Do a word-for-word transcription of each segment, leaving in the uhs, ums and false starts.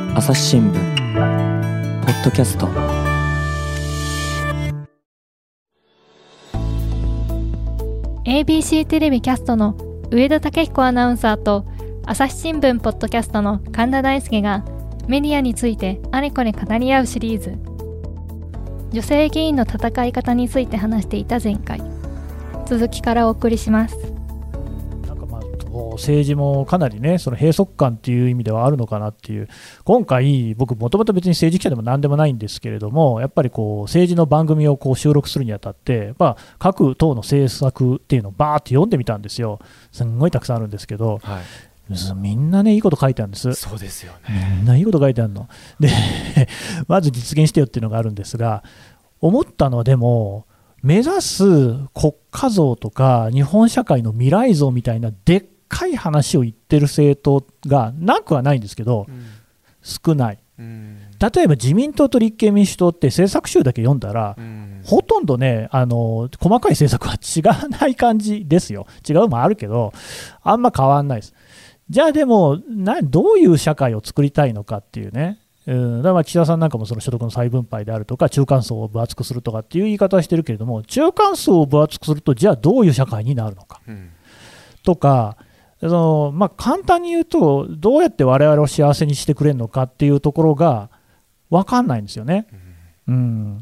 朝日新聞ポッドキャスト。 エービーシー テレビキャストの上田武彦アナウンサーと朝日新聞ポッドキャストの神田大輔がメディアについてあれこれ語り合うシリーズ。女性議員の戦い方について話していた前回、続きからお送りします。 なんかまあ政治もかなりね、その閉塞感っていう意味ではあるのかなっていう。今回僕もともと別に政治記者でも何でもないんですけれども、やっぱりこう政治の番組をこう収録するにあたって、まあ、各党の政策っていうのをバーって読んでみたんですよ。すんごいたくさんあるんですけど、はい、みんなねいいこと書いてあるんです。 そうですよね。 みんないいこと書いてあるのでまず実現してよっていうのがあるんですが、思ったのはでも目指す国家像とか日本社会の未来像みたいなでっかい話を言ってる政党がなくはないんですけど、うん、少ない、うん、例えば自民党と立憲民主党って政策集だけ読んだら、うん、ほとんどねあの細かい政策は違わない感じですよ。違うのもあるけどあんま変わんないです。じゃあでもなどういう社会を作りたいのかっていうね、うん、だから岸田さんなんかもその所得の再分配であるとか中間層を分厚くするとかっていう言い方はしてるけれども、中間層を分厚くするとじゃあどういう社会になるのか、うん、とかその、まあ、簡単に言うとどうやって我々を幸せにしてくれるのかっていうところが分かんないんですよね、うんうん、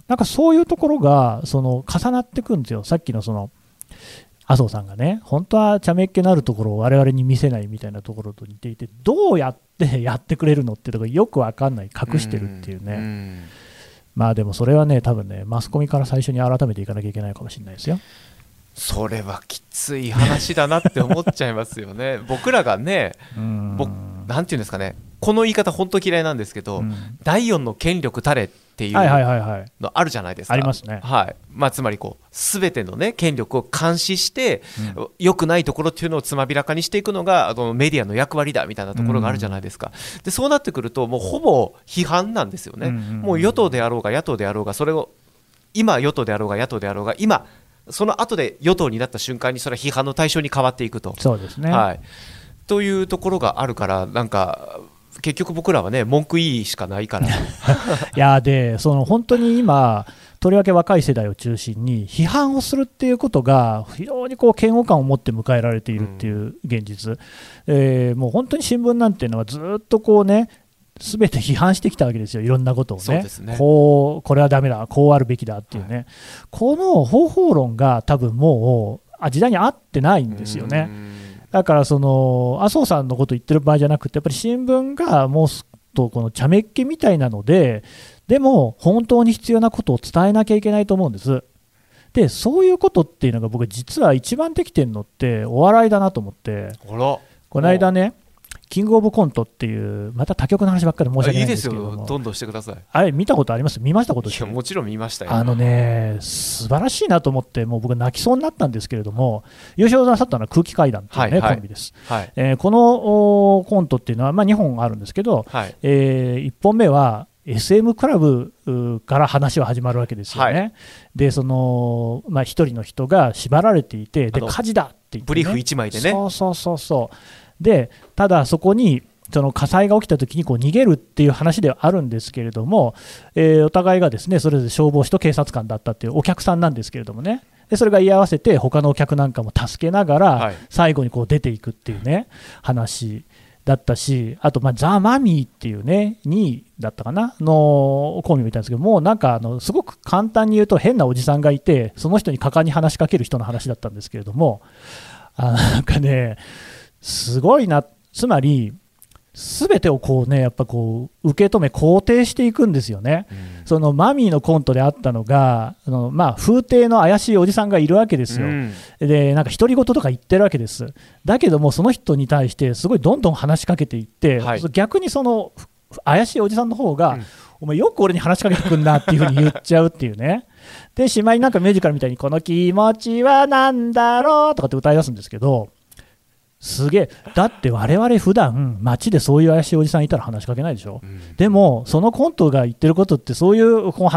なんかそういうところがその重なってくるんですよ。さっきのその麻生さんがね本当は茶目っ気のあるところを我々に見せないみたいなところと似ていて、どうやってやってくれるのってところよく分かんない、隠してるっていうね、うんうん、まあでもそれはね多分ねマスコミから最初に改めていかなきゃいけないかもしれないですよ。 それはきつい話だなって思っちゃいますよね僕らがね、うん僕なんていうんですかね、この言い方本当嫌いなんですけど、うん、だいよんの権力たれっていうのあるじゃないですか。 ありますね、 はいまあ、つまりこう全ての、ね、権力を監視して、うん、良くないところっていうのをつまびらかにしていくのがあのメディアの役割だみたいなところがあるじゃないですか、うん、でそうなってくるともうほぼ批判なんですよね、うんうんうん、もう与党であろうが野党であろうが、それを今与党であろうが野党であろうが今その後で与党になった瞬間にそれは批判の対象に変わっていくと。 そうですね、 はい、というところがあるから、なんか結局僕らはね文句言いしかないからいやでその本当に今とりわけ若い世代を中心に批判をするっていうことが非常にこう嫌悪感を持って迎えられているっていう現実、うんえー、もう本当に新聞なんていうのはずっとこうね全て批判してきたわけですよ。いろんなことを ね, そうですねこうこれはダメだこうあるべきだっていうね、はい、この方法論が多分もう時代に合ってないんですよね。だからその麻生さんのこと言ってる場合じゃなくて、やっぱり新聞がもうすっとこの茶目っ気みたいなので、でも本当に必要なことを伝えなきゃいけないと思うんです。でそういうことっていうのが僕実は一番できてるのってお笑いだなと思って、 あらこの間ねキングオブコントっていうまた他局の話ばっかり申し訳ないんですけども、 いいですよ、どんどんしてください。 あれ見たことあります？見ましたこと？ いやもちろん見ましたよ。 あのね素晴らしいなと思って、もう僕泣きそうになったんですけれども、優勝なさったのは空気階段っていうね、はいはい、コンビです、はいえー、このコントっていうのは、まあ、にほんあるんですけど、はいえー、いっぽんめは エスエム クラブから話は始まるわけですよね、はい、でその、まあ、一人の人が縛られていて、で火事だって言って、ね、 ブリーフいちまいでね、 そうそうそうそうでただそこにその火災が起きたときにこう逃げるっていう話ではあるんですけれども、えー、お互いがですねそれぞれ消防士と警察官だったっていうお客さんなんですけれどもね、でそれが居合わせて他のお客なんかも助けながら最後にこう出ていくっていうね話だったし、あとまあザ・マミーっていうねにいだったかなのコンビみたいですけども、なんかあのすごく簡単に言うと変なおじさんがいて、その人に果敢に話しかける人の話だったんですけれども、あなんかねすごいな、つまり全てをこうねやっぱこう受け止め肯定していくんですよね、うん、そのマミーのコントであったのがあの、まあ、風体の怪しいおじさんがいるわけですよ、うん、でなんか独り言とか言ってるわけです。だけどもその人に対してすごいどんどん話しかけていって、はい、逆にその怪しいおじさんの方が、うん、お前よく俺に話しかけてくんなっていう風に言っちゃうっていうねでしまいになんかミュージカルみたいにこの気持ちはなんだろうとかって歌い出すんですけど、すげえ、だって我々普段街でそういう怪しいおじさんいたら話しかけないでしょ、うん、でもそのコントが言ってることってそういうこう話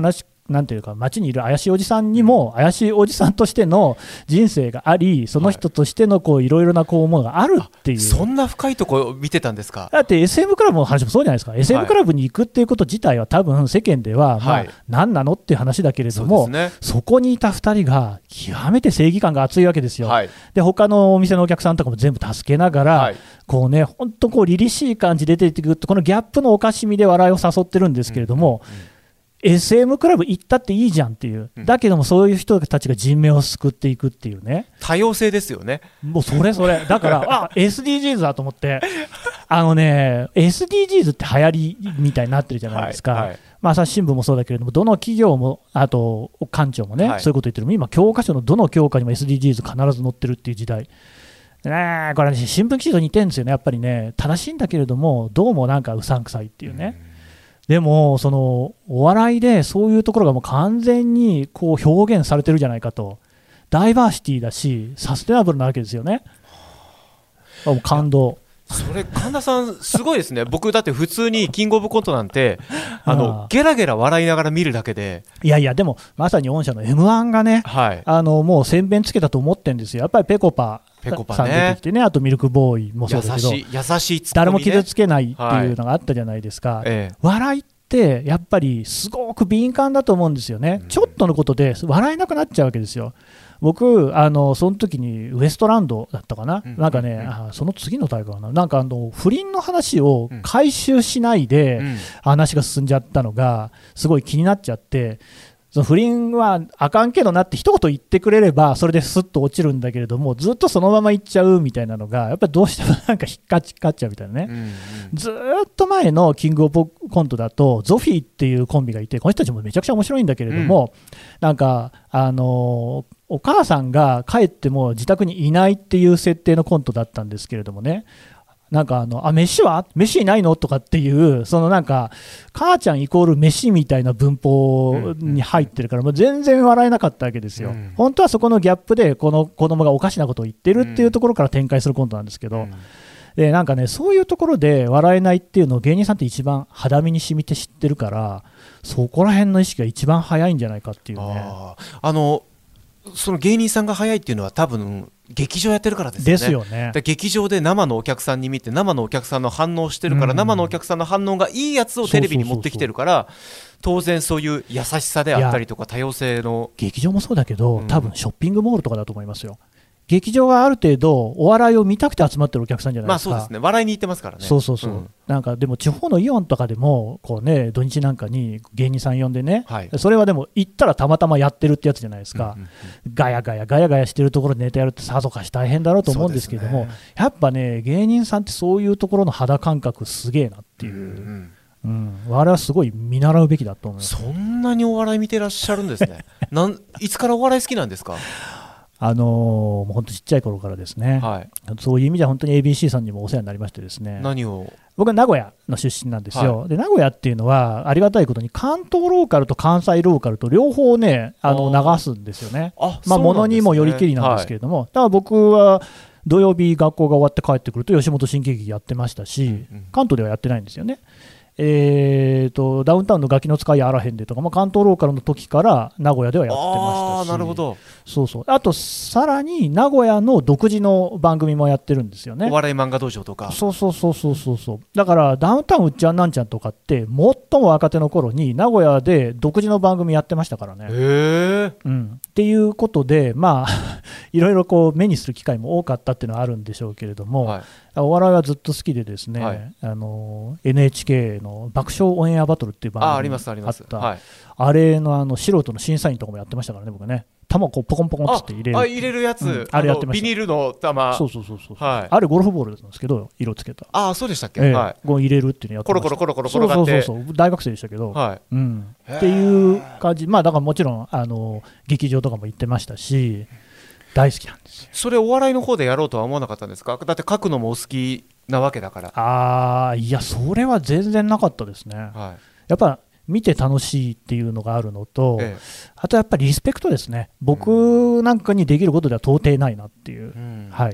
なんていうか街にいる怪しいおじさんにも怪しいおじさんとしての人生があり、その人としてのこういろいろなこうものがあるっていう、 そんな深いとこ見てたんですか。 だって エスエム クラブの話もそうじゃないですか。 エスエム クラブに行くっていうこと自体は多分世間ではまあ何なのっていう話だけれども、 そうですね、 そこにいたふたりが極めて正義感が熱いわけですよ、 はい、 で他のお店のお客さんとかも全部助けながら、はい、こうね本当こう凛々しい感じで出てくると、このギャップのおかしみで笑いを誘ってるんですけれども、うんうんうん、エスエム クラブ行ったっていいじゃんっていう、だけどもそういう人たちが人命を救っていくっていうね、 多様性ですよね。 もうそれそれだからあ エスディージーズ だと思って、あのね エスディージーズ って流行りみたいになってるじゃないですか、はいはい、まあ、朝日新聞もそうだけれども、どの企業もあと官庁もね、はい、そういうこと言ってる。今教科書のどの教科にも エスディージーズ 必ず載ってるっていう時代ね。これ、ね、新聞記事と似てるんですよね。やっぱりね正しいんだけれどもどうもなんかうさんくさいっていうね、うん、でもそのお笑いでそういうところがもう完全にこう表現されてるじゃないかと。ダイバーシティだしサステナブルなわけですよね。もう感動。 それ神田さんすごいですね。僕だって普通にキングオブコントなんてあのゲラゲラ笑いながら見るだけで、 いやいやでもまさに御社の エムワン がね、はい、あのもう先鞭つけたと思ってるんですよ。やっぱりペコパペコパ、ね、 さん出てきてね、あとミルクボーイもそうだけど、 優しい優しいツッコミね、 誰も傷つけないっていうのがあったじゃないですか、はい、ええ、笑いってやっぱりすごく敏感だと思うんですよね、うん、ちょっとのことで笑えなくなっちゃうわけですよ。僕あのその時にウエストランドだったかな、うん、なんかね、うん、あその次の大会かな、なんかあの不倫の話を回収しないで話が進んじゃったのがすごい気になっちゃって、その不倫はあかんけどなって一言言ってくれればそれでスッと落ちるんだけれども、ずっとそのまま言っちゃうみたいなのがやっぱりどうしてもなんか引っかかっちゃうみたいなね、うんうん、ずっと前のキングオブコントだとゾフィーっていうコンビがいて、この人たちもめちゃくちゃ面白いんだけれども、うん、なんかあのーお母さんが帰っても自宅にいないっていう設定のコントだったんですけれどもね、なんかあのあ飯は飯いないのとかっていう、そのなんか母ちゃんイコール飯みたいな文法に入ってるから、もう全然笑えなかったわけですよ、うん、本当はそこのギャップでこの子供がおかしなことを言ってるっていうところから展開するコントなんですけど、うん、でなんかねそういうところで笑えないっていうのを芸人さんって一番肌身に染みて知ってるから、そこら辺の意識が一番早いんじゃないかっていうね。 ああのその芸人さんが早いっていうのは多分劇場やってるからですよね。 ですよね。 で劇場で生のお客さんに見て生のお客さんの反応してるから、うん、生のお客さんの反応がいいやつをテレビに持ってきてるから、当然そういう優しさであったりとか多様性の、 劇場もそうだけど、多分ショッピングモールとかだと思いますよ。劇場はある程度お笑いを見たくて集まってるお客さんじゃないですか。 まあそうですね、笑いに行ってますからね。 そうそうそう、うん、なんかでも地方のイオンとかでもこうね土日なんかに芸人さん呼んでね、はい、それはでも行ったらたまたまやってるってやつじゃないですか、うんうんうん、ガヤガヤガヤガヤしてるところでネタやるってさぞかし大変だろうと思うんですけれども、ね、やっぱね芸人さんってそういうところの肌感覚すげえなっていう、うんうんうん、我々はすごい見習うべきだと思います。 そんなにお笑い見てらっしゃるんですねなんいつからお笑い好きなんですか？ あのー、もう本当ちっちゃい頃からですね、はい、そういう意味では本当に エービーシー さんにもお世話になりましてですね。 何を？ 僕は名古屋の出身なんですよ、はい、で名古屋っていうのはありがたいことに関東ローカルと関西ローカルと両方ねあの流すんですよね。あ、まあ、ものにもよりきりなんですけれども、はい、だから僕は土曜日学校が終わって帰ってくると吉本新喜劇やってましたし、うんうん、関東ではやってないんですよね。えー、とダウンタウンのガキの使いあらへんでとか、まあ、関東ローカルの時から名古屋ではやってましたし、 あ、なるほど。 そうそう、あとさらに名古屋の独自の番組もやってるんですよね。 お笑い漫画道場とか。 そうそうそうそうそうそう、だからダウンタウンうっちゃんなんちゃんとかって最も若手の頃に名古屋で独自の番組やってましたからね。へー、うん、っていうことでまあいろいろこう目にする機会も多かったっていうのはあるんでしょうけれども、はい、お笑いはずっと好きでですね、はい、あの エヌエイチケー の爆笑オンエアバトルっていう番組があった。 あ, ありますあります、はい、あれ の, あの素人の審査員とかもやってましたからね僕ね。球をこうポコンポコンって入れる、 ああ入れるやつ、うん、 あれやってました。 ビニールの球。 そうそうそうそう、はい、あれゴルフボールなんですけど色つけた。 ああそうでしたっけ、 えーはい、 こう入れるっていうのやってました。 コロコロコロコロ転がって。 そうそうそうそう、大学生でしたけど、はい、うん、っていう感じ。まあだからもちろんあの劇場とかも行ってましたし大好きなんですよ。 それお笑いの方でやろうとは思わなかったんですか？だって書くのもお好きなわけだから。 ああいやそれは全然なかったですね、はい、やっぱ見て楽しいっていうのがあるのと、ええ、あとやっぱりリスペクトですね。僕なんかにできることでは到底ないなっていう、うん、はい、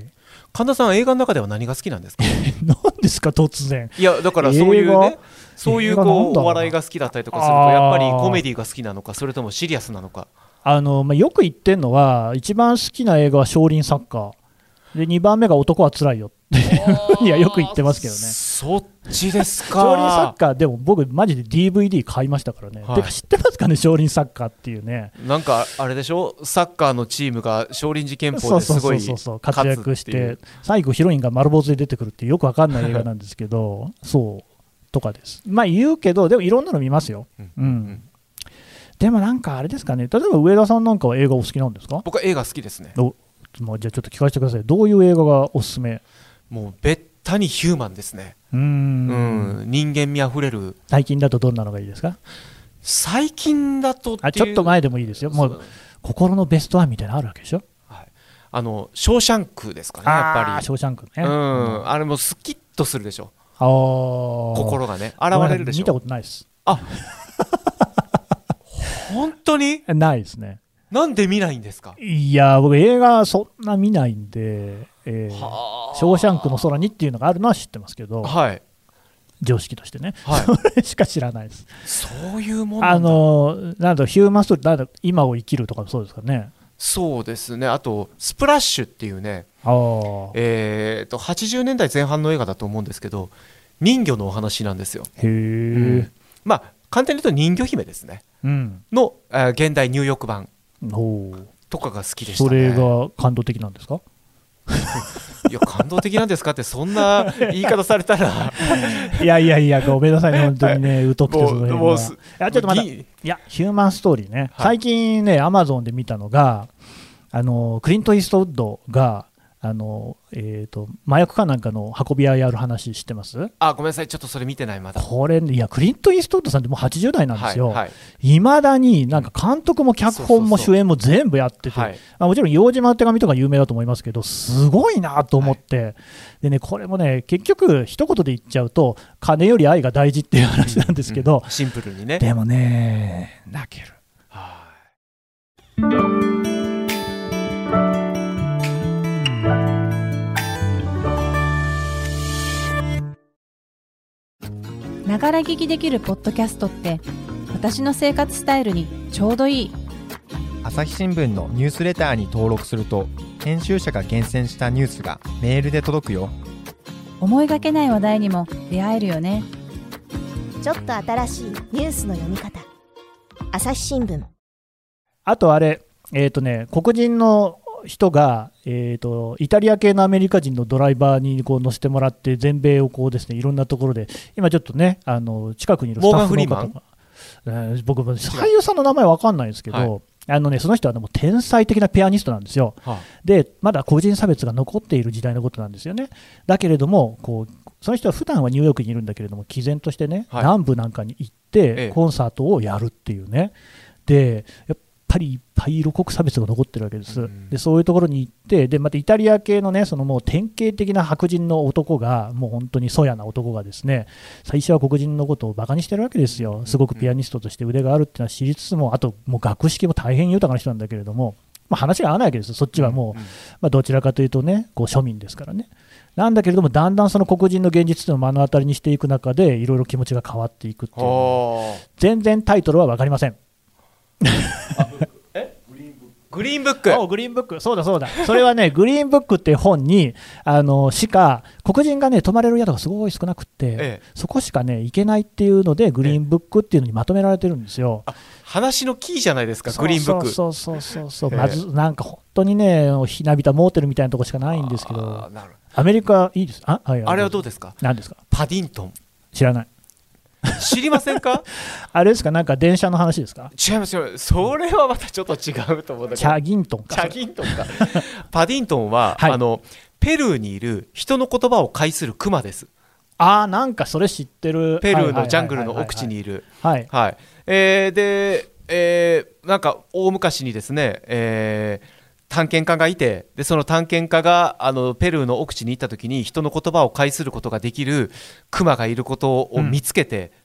神田さん映画の中では何が好きなんですか？ 何ですか突然。 いやだからそういうね映画そういう映画なんだろうこうお笑いが好きだったりとかするとあーやっぱりコメディが好きなのかそれともシリアスなのか。 あの、まあ、よく言ってるのは一番好きな映画は少林サッカーでにばんめが男はつらいよっていうふうにはよく言ってますけどね。 そっちですか。 少林サッカーでも僕マジで ディーブイディー 買いましたからね、 はいてか知ってますかね少林サッカーっていうね。 なんかあれでしょサッカーのチームが少林寺拳そうそうそ法ですごいうそうそう活躍し勝つっていうて最後ヒロインが丸坊主で出てくるっていうよくわかんない映画なんですけどそうとかです。まあ言うけどでもいろんなの見ますよ、 うんうんうんでもなんかあれですかね、例えば上田さんなんかは映画お好きなんですか？ 僕は映画好きですね。 おもうじゃあちょっと聞かせてください。どういう映画がおすすめ？ もうべったにヒューマンですね。 うーんうん人間味あふれる。 最近だとどんなのがいいですか？ 最近だとっていうあちょっと前でもいいですよ。もうそう心のベストワンみたいなのあるわけでしょ？ はい、あのショーシャンクですかねやっぱり。 あーショーシャンクね、 うんあれもスキッとするでしょ。 あー心がね現れるでしょ。 見たことないです。 あ本当にないですね。 なんで見ないんですか？ いや僕映画そんな見ないんで、えーはあショーシャンクの空にっていうのがあるのは知ってますけど、 はい常識としてね、 はいそれしか知らないです。 そういうもんなあんだ。 のなんだヒューマンストーリーなんだ今を生きるとかそうですかね。 そうですね。あとスプラッシュっていうねあーえー、とはちじゅうねんだいぜん半の映画だと思うんですけど人魚のお話なんですよ。 へえ、 うんまあ簡単に言うと人魚姫ですねうん、 の、えー現代入浴版おーとかが好きでしたね。 それが感動的なんですか？ いや感動的なんですかってそんな言い方されたらいやいやいやごめんなさいね本当にね疎くてその辺は。いもうもうすやちょっとまだいぎやヒューマンストーリーね、 はい最近ねアマゾンで見たのがあのクリント・イーストウッドがあの、えー、と麻薬かなんかの運び屋やる話知ってます？ あごめんなさいちょっとそれ見てないまだ。 これいやクリント・イーストウッドさんってもうはちじゅう代なんですよ。 はいはいいまだになんか監督も脚本も主演も全部やってて、 はいまあもちろん洋島の手紙とか有名だと思いますけどすごいなと思って、でねこれもね結局一言で言っちゃうと金より愛が大事っていう話なんですけど、 うんシンプルにね。 でもね泣ける。 はいながら聞きできるポッドキャストって私の生活スタイルにちょうどいい。 朝日新聞のニュースレターに登録すると編集者が厳選したニュースがメールで届くよ。 思いがけない話題にも出会えるよね。 ちょっと新しいニュースの読み方。朝日新聞。 あとあれえっ、とね黒人の人が、えー、とイタリア系のアメリカ人のドライバーにこう乗せてもらって全米をこうですねいろんなところで今ちょっとねあの近くにいるスタッフの方モーガンフが、えー僕も俳優さんの名前わかんないんですけど、 はいあのね、その人は、ね、もう天才的なピアニストなんですよ。 はでまだ個人差別が残っている時代のことなんですよね。だけれどもこうその人は普段はニューヨークにいるんだけれども毅然としてね、 はい南部なんかに行っええてコンサートをやるっていうね。でやっぱりいっぱい色濃く差別が残ってるわけです。 うんでそういうところに行ってでまたイタリア系のねそのもう典型的な白人の男がもう本当にそやな男がですね最初は黒人のことをバカにしてるわけですよ。すごくピアニストとして腕があるっていうのは知りつつもあともう学識も大変豊かな人なんだけれども、まあ、話が合わないわけです。そっちはもう、 うんまあ、どちらかというとねこう庶民ですからね。なんだけれどもだんだんその黒人の現実というのを目の当たりにしていく中でいろいろ気持ちが変わっていくっていうは全然タイトルは分かりません。 グリーンブック。 おグリーンブックそうだそうだそれはねグリーンブックっていう本にあのしか黒人がね泊まれる宿がすごい少なくって、 ええそこしかね行けないっていうのでグリーンブックっていうのにまとめられてるんですよ。 話のキーじゃないですかグリーンブック。 そうそうそうそうそう、 ええまずなんか本当にねひなびたモーテルみたいなとこしかないんですけあどーなるほアメリカいいですあ、はい、 どあれはどうですか？ 何ですか？ パディントン知らない知りませんか？ あれですかなんか電車の話ですか？ 違いますよ。それはまたちょっと違うと思うんだけど。 チャギントンかチャギントンか。パディントンは、 はいあのペルーにいる人の言葉を介するクマです。 あーなんかそれ知ってる。 ペルーのジャングルの奥地にいる。 はいはい。えーで、えーなんか大昔にですね、えー探検家がいて、でその探検家があのペルーの奥地に行った時に人の言葉を介することができるクマがいることを見つけて、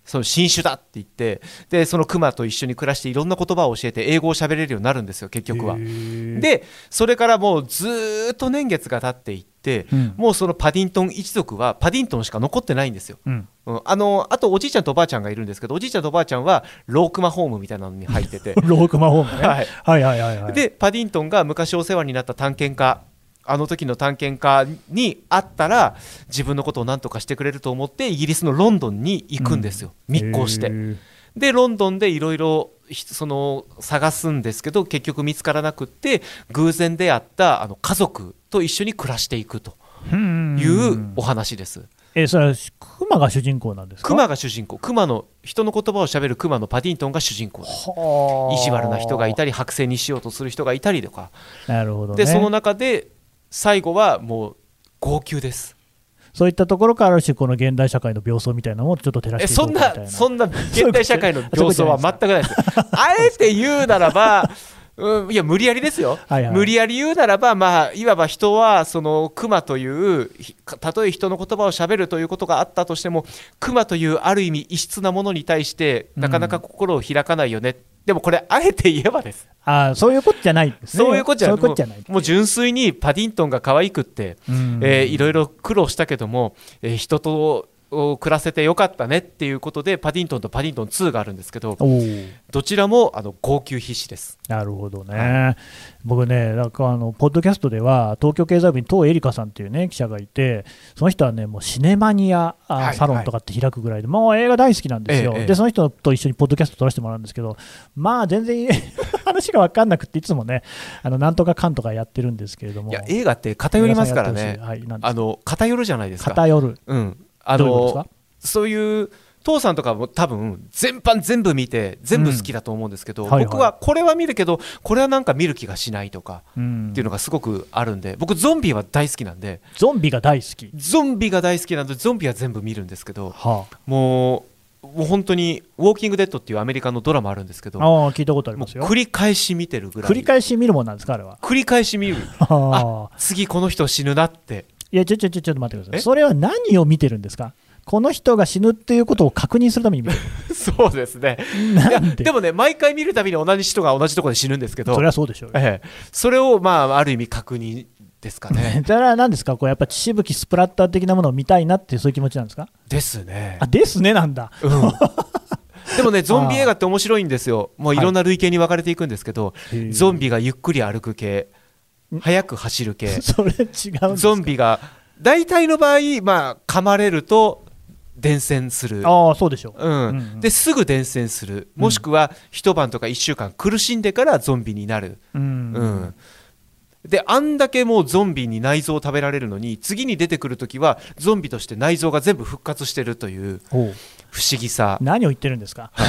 その新種だって言って、でそのクマと一緒に暮らしていろんな言葉を教えて英語を喋れるようになるんですよ結局は。でそれからもうずーっと年月が経っていって、うん、もうそのパディントン一族はパディントンしか残ってないんですよ、うんうん、あのあとおじいちゃんとおばあちゃんがいるんですけど、おじいちゃんとおばあちゃんはロークマホームみたいなのに入っててロークマホームね、 はい、 はいはいはいはい。 でパディントンが昔お世話になった探検家、あの時の探検家に会ったら自分のことを何とかしてくれると思ってイギリスのロンドンに行くんですよ、うん、密航して。でロンドンでいろいろその探すんですけど結局見つからなくって、偶然出会ったあの家族と一緒に暮らしていくというお話です。 えそれはクマが主人公なんですか？ クマが主人公、クマの人の言葉をしゃべるクマのパディントンが主人公です。意地悪な人がいたり剥製にしようとする人がいたりとか。 なるほどね。 でその中で最後はもう号泣です。 そういったところからある種この現代社会の病巣みたいなのをちょっと照らしていこうみたいな。 えそんなそんな現代社会の病巣は全くないですあえて言うならばうん、いや無理やりですよ、はいはい、無理やり言うならば、まあ、いわば人はそのクマというたとえ人の言葉をしゃべるということがあったとしても、クマというある意味異質なものに対してなかなか心を開かないよね、うん、でもこれあえて言えばです。 あそういうことじゃないですね。 そういうことじゃない。もう、もう純粋にパディントンが可愛くって、うんえー、いろいろ苦労したけども、えー、人とを暮らせてよかったねっていうことでパディントンとパディントンツーがあるんですけど、どちらもあの号泣必至です。 なるほどね、はい、僕ねなんかあのポッドキャストでは東京経済部に東恵梨香さんっていうね記者がいて、その人はねもうシネマニア、はい、サロンとかって開くぐらいで、はい、もう映画大好きなんですよ、ええ、でその人と一緒にポッドキャスト撮らせてもらうんですけど、まあ全然話が分かんなくていつもねあのなんとかかんとかやってるんですけれども、 いや映画って偏りますからね、はい、あの偏るじゃないですか。 偏る、 うんあのそういう父さんとかも多分全般全部見て全部好きだと思うんですけど、うんはいはい、僕はこれは見るけどこれはなんか見る気がしないとかっていうのがすごくあるんで、僕ゾンビは大好きなんで、 ゾンビが大好きゾンビが大好きなんでゾンビは全部見るんですけど、はあ、もうもう本当にウォーキングデッドっていうアメリカのドラマあるんですけど、 あ聞いたことありますよ。 繰り返し見てるぐらい。 繰り返し見るもんなんですかあれは。 繰り返し見るあ次この人死ぬなって。いやちょちょちょちょっと待ってください。それは何を見てるんですか？この人が死ぬっていうことを確認するために見るそうですね。なんで？でもね毎回見るたびに同じ人が同じところで死ぬんですけど、 それはそうでしょうよ、 ええ、それをまあある意味確認ですかね。 それは何ですか、こうやっぱ血しぶきスプラッター的なものを見たいなっていうそういう気持ちなんですか？ ですね。 あですねなんだ、うん、 でもねゾンビ映画って面白いんですよ。もういろんな類型に分かれていくんですけど、はい、ゾンビがゆっくり歩く系、速く走る系それ違うんですか？ ゾンビが大体の場合、まあ、噛まれると伝染する。 あそうでしょう、 うんうんうん、ですぐ伝染する、もしくは一晩とかいっしゅうかん苦しんでからゾンビになる、うんうん、であんだけもうゾンビに内臓を食べられるのに次に出てくるときはゾンビとして内臓が全部復活してるという不思議さ。 何を言ってるんですか、 はい、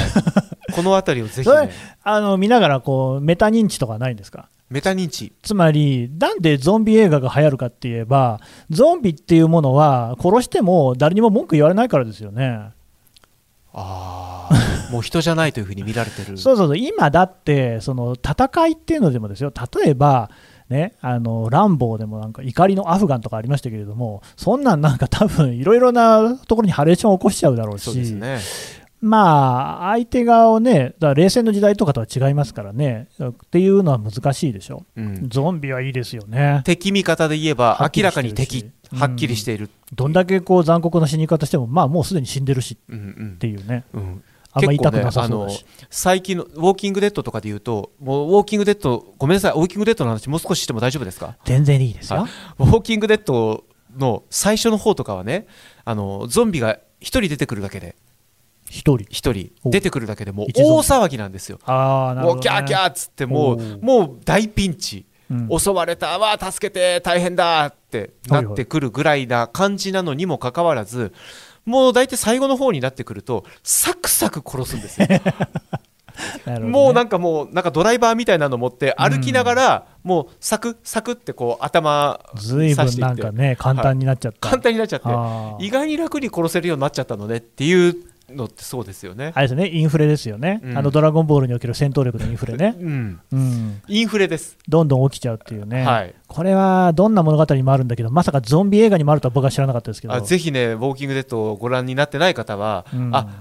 このあたりをぜひ、ね、 あの見ながらこうメタ認知とかないんですか？ メタ認知、 つまりなんでゾンビ映画が流行るかって言えば、ゾンビっていうものは殺しても誰にも文句言われないからですよね。 あもう人じゃないというふうに見られてるそうそうそう、今だってその戦いっていうのでもですよ、例えばね、あのランボーでもなんか怒りのアフガンとかありましたけれども、そんなんなんか多分いろいろなところにハレーションを起こしちゃうだろうし、 そうですね、 まあ相手側をね、だから冷戦の時代とかとは違いますからねっていうのは難しいでしょ、うん、ゾンビはいいですよね。 敵味方で言えば明らかに敵はっきりしている、うん、 どんだけこう残酷な死に方しても、まあもうすでに死んでるしっていうね、うんうん、あんま痛くなさそうだし、 結構ね、あの最近のウォーキングデッドとかで言うと、もうウォーキングデッドごめんなさい、ウォーキングデッドの話もう少ししても大丈夫ですか？ 全然いいですよ。 ウォーキングデッドの最初の方とかはね、あのゾンビがひとり出てくるだけで一人一人出てくるだけでもう大騒ぎなんですよ。 あ、なるほどね、 もうキャーキャーっつってもうもう大ピンチ、うん、襲われたわ助けて大変だってなってくるぐらいな感じなのにもかかわらず、もう大体最後の方になってくるとサクサク殺すんですよね、もうなんかもうなんかドライバーみたいなの持って歩きながら、うん、もうサクサクってこう頭ずいぶんなんかね簡単になっちゃった、 はい、簡単になっちゃって意外に楽に殺せるようになっちゃったのねっていうのってそうですよね。 あれですね、インフレですよね、うん、あのドラゴンボールにおける戦闘力のインフレね、 うんうん、インフレです。 どんどん起きちゃうっていうね、 はい、 これはどんな物語にもあるんだけど、まさかゾンビ映画にもあるとは僕は知らなかったですけど、 あぜひねウォーキングデッドをご覧になってない方は、うん、あ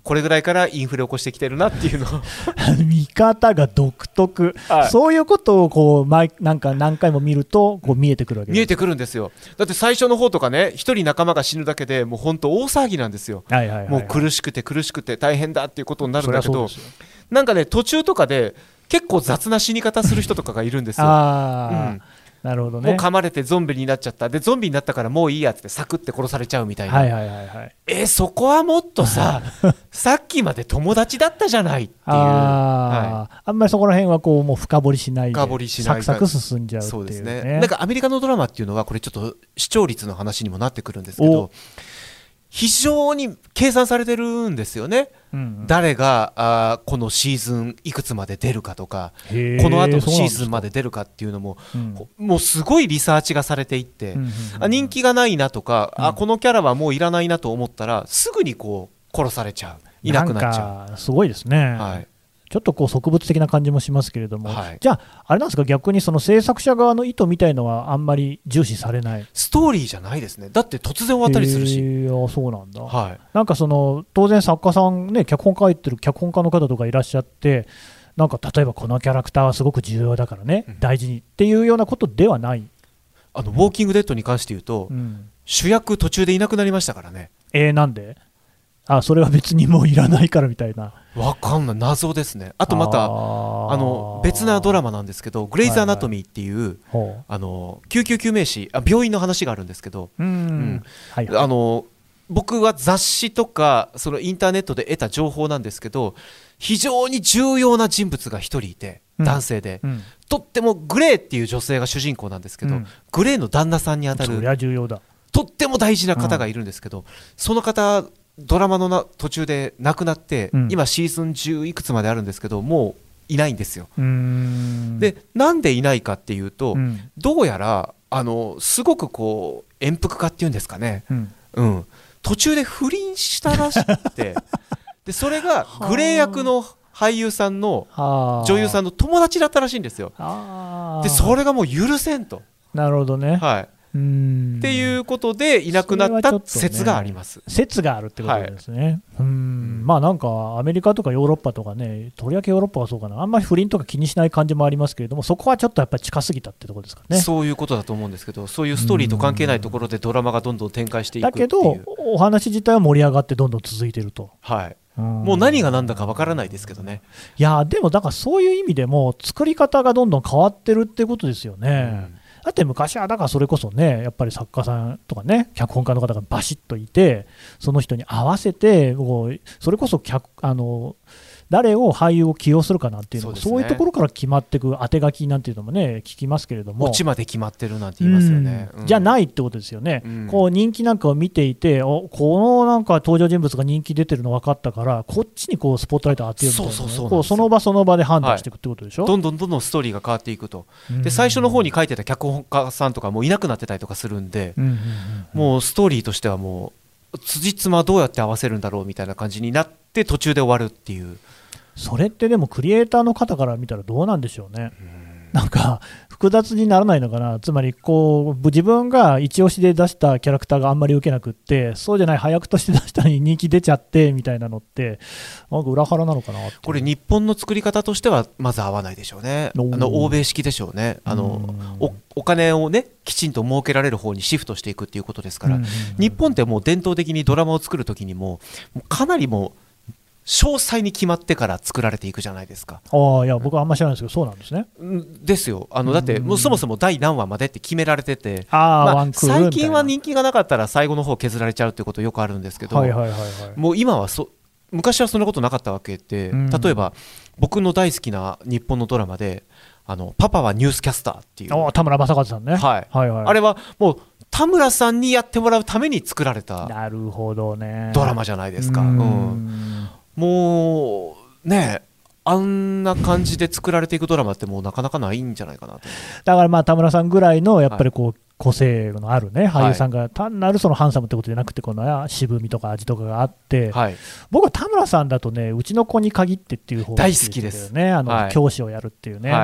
これぐらいからインフレ起こしてきてるなっていうのを見方が独特、 はい、 そういうことをこう毎なんか何回も見るとこう見えてくるわけです。 見えてくるんですよ。だって最初の方とかね、一人仲間が死ぬだけでもう本当大騒ぎなんですよ、 はいはいはいはい、 もう苦しくて苦しくて大変だっていうことになるんだけど、 そりゃそうですよ。 なんかね途中とかで結構雑な死に方する人とかがいるんですよ。 あー、 うんなるほどね。 もう噛まれてゾンビになっちゃった、でゾンビになったからもういいやつってサクって殺されちゃうみたいな、 はいはいはいはい、 えそこはもっとささっきまで友達だったじゃないっていう、 あ、 はあんまりそこら辺はこうもう深掘りしないで深掘りしないサクサク進んじゃうっていう、ね、 そうですね。なんかアメリカのドラマっていうのはこれちょっと視聴率の話にもなってくるんですけど、非常に計算されてるんですよね、うんうん、誰があこのシーズンいくつまで出るかとか、この後のシーズンまで出るかっていうのも、うん、もうすごいリサーチがされていって、うんうんうん、あ人気がないなとか、うん、あこのキャラはもういらないなと思ったらすぐにこう殺されちゃう、いなくなっちゃう。 なんかすごいですね、はい、ちょっとこう植物的な感じもしますけれども、はい、じゃああれなんですか、逆にその制作者側の意図みたいのはあんまり重視されない、 ストーリーじゃないですね。だって突然終わったりするし。 へー、あそうなんだ、 はい、 なんかその当然作家さんね、脚本書いてる脚本家の方とかいらっしゃって、なんか例えばこのキャラクターはすごく重要だからね、うん、大事にっていうようなことではない。 あのウォーキングデッドに関して言うと、うん、主役途中でいなくなりましたからね。 えー、なんで？あそれは別にもういらないからみたいな。 わかんない、謎ですね。あとまたあの別なドラマなんですけど、グレイズ・アナトミーっていう、はいはい、あの救急救命士、あ病院の話があるんですけど、うん、うんはいはい、あの僕は雑誌とかそのインターネットで得た情報なんですけど、非常に重要な人物が一人いて、男性で、うんうん、とってもグレーっていう女性が主人公なんですけど、うん、グレーの旦那さんにあたるそりゃ重要だ、 とっても大事な方がいるんですけど、うん、その方ドラマのな途中で亡くなって、うん、今シーズンじゅういくつまであるんですけど、もういないんですよ。うーんでなんでいないかっていうと、うん、どうやらあのすごくこう円福化っていうんですかね、うんうん、途中で不倫したらしくてでそれがグレー役の俳優さんの女優さんの友達だったらしいんですよ。でそれがもう許せんと。 なるほどね、 はい、うーんっていうことでいなくなった説があります、ね、 説があるってことですね、はい、うーんまあなんかアメリカとかヨーロッパとかね、とりわけヨーロッパはそうかな、あんまり不倫とか気にしない感じもありますけれども、そこはちょっとやっぱり近すぎたってところですかね。 そういうことだと思うんですけど、そういうストーリーと関係ないところでドラマがどんどん展開していくっていう。 だけどお話自体は盛り上がってどんどん続いていると。 はい、もう何が何だかわからないですけどね。 いやでもだからそういう意味でも作り方がどんどん変わってるってことですよね、うん、だって昔はだからそれこそね、やっぱり作家さんとかね、脚本家の方がバシッといて、その人に合わせてもうそれこそ脚あの誰を俳優を起用するかなっていうのも、そういうところから決まっていく当て書きなんていうのもね聞きますけれども、 オチまで決まってるなんて言いますよね、 うん、じゃないってことですよね、うん、こう人気なんかを見ていて、おこのなんか登場人物が人気出てるの分かったから、こっちにこうスポットライト当てようみたいな、そうそうそうこうその場その場で判断していくってことでしょ、 はい、どんどんどんどんストーリーが変わっていくと。で最初の方に書いてた脚本家さんとかもういなくなってたりとかするんで、うんうんうんうん、もうストーリーとしてはもう辻褄どうやって合わせるんだろうみたいな感じになって途中で終わるっていう。 それってでもクリエイターの方から見たらどうなんでしょうね。なんか複雑にならないのかな。つまりこう自分が一押しで出したキャラクターがあんまり受けなくって、そうじゃない早くとして出したのに人気出ちゃってみたいなのってなんか裏腹なのかなって。 これ日本の作り方としてはまず合わないでしょうね。あの欧米式でしょうね。あの お, お金をねきちんと儲けられる方にシフトしていくっていうことですから、日本ってもう伝統的にドラマを作るときにももうかなりもう詳細に決まってから作られていくじゃないですか。 ああいや僕はあんまり知らないですけど、そうなんですね。 ですよ。あのだってもうそもそも第何話までって決められてて、 あ、 まあ、最近は人気がなかったら最後の方削られちゃうってことよくあるんですけど、はいはいはいはい、もう今はそ昔はそんなことなかったわけで、例えば僕の大好きな日本のドラマであのパパはニュースキャスターっていう、 あ田村正和さんね、 はいはいはい、あれはもう田村さんにやってもらうために作られたなるほどねドラマじゃないですか。うん、うんもうねあんな感じで作られていくドラマってもうなかなかないんじゃないかなと。 だからまあ田村さんぐらいのやっぱりこう個性のあるね俳優さんが単なるそのハンサムってことじゃなくて、この渋みとか味とかがあって、はい、僕は田村さんだとねうちの子に限ってっていう方が大好きですね。あの教師をやるっていうね、はい、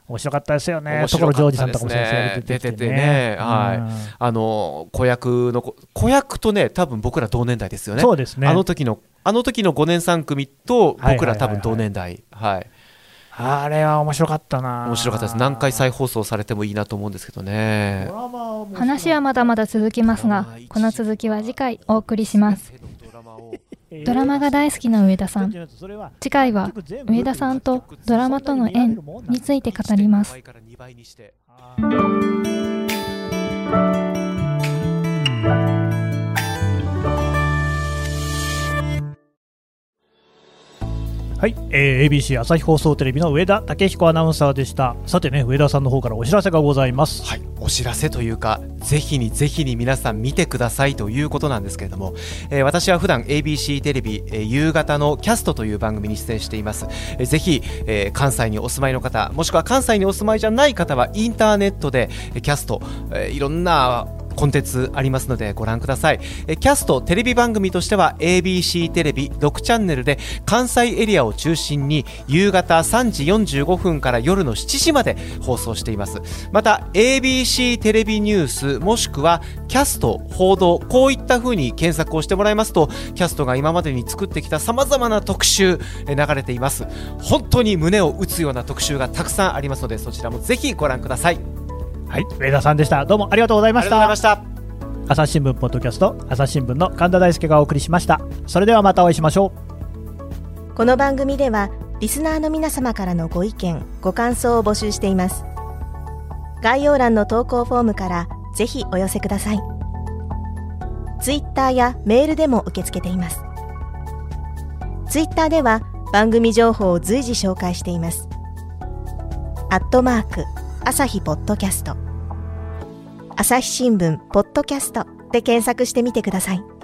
面白かったですよね。 面白かったですね。 所ジョージさんとかも先生出てきてね。 出ててね、はい、あの子役の子役とね、多分僕ら同年代ですよね。 そうですね。 あの時のあの時のごねんさん組と僕ら多分同年代。はい。 あれは面白かったな。 面白かったです。何回再放送されてもいいなと思うんですけどね。 話はまだまだ続きますが、この続きは次回お送りします。ドラマが大好きな上田さん、次回は上田さんとドラマとの縁について語ります。 はい、えー、エービーシー 朝日放送テレビの上田武彦アナウンサーでした。さてね、上田さんの方からお知らせがございます。 はい、お知らせというか、ぜひにぜひに皆さん見てくださいということなんですけれども、えー、私は普段 エービーシー テレビ、えー、夕方のキャストという番組に出演しています。えー、ぜひ、えー、関西にお住まいの方、もしくは関西にお住まいじゃない方はインターネットで、えー、キャスト、えー、いろんなコンテンツありますのでご覧ください。えキャストテレビ番組としては エービーシー テレビろくチャンネルで関西エリアを中心に夕方さんじよんじゅうごふんから夜のしちじまで放送しています。また エービーシー テレビニュースもしくはキャスト報道、こういった風に検索をしてもらいますと、キャストが今までに作ってきた様々な特集流れています。本当に胸を打つような特集がたくさんありますので、そちらもぜひご覧ください。 はい、上田さんでした。どうもありがとうございました。 ありがとうございました。 朝日新聞ポッドキャスト、朝日新聞の神田大輔がお送りしました。それではまたお会いしましょう。この番組ではリスナーの皆様からのご意見ご感想を募集しています。概要欄の投稿フォームからぜひお寄せください。ツイッターやメールでも受け付けています。ツイッターでは番組情報を随時紹介しています。アットマーク朝日ポッドキャスト、朝日新聞ポッドキャストで検索してみてください。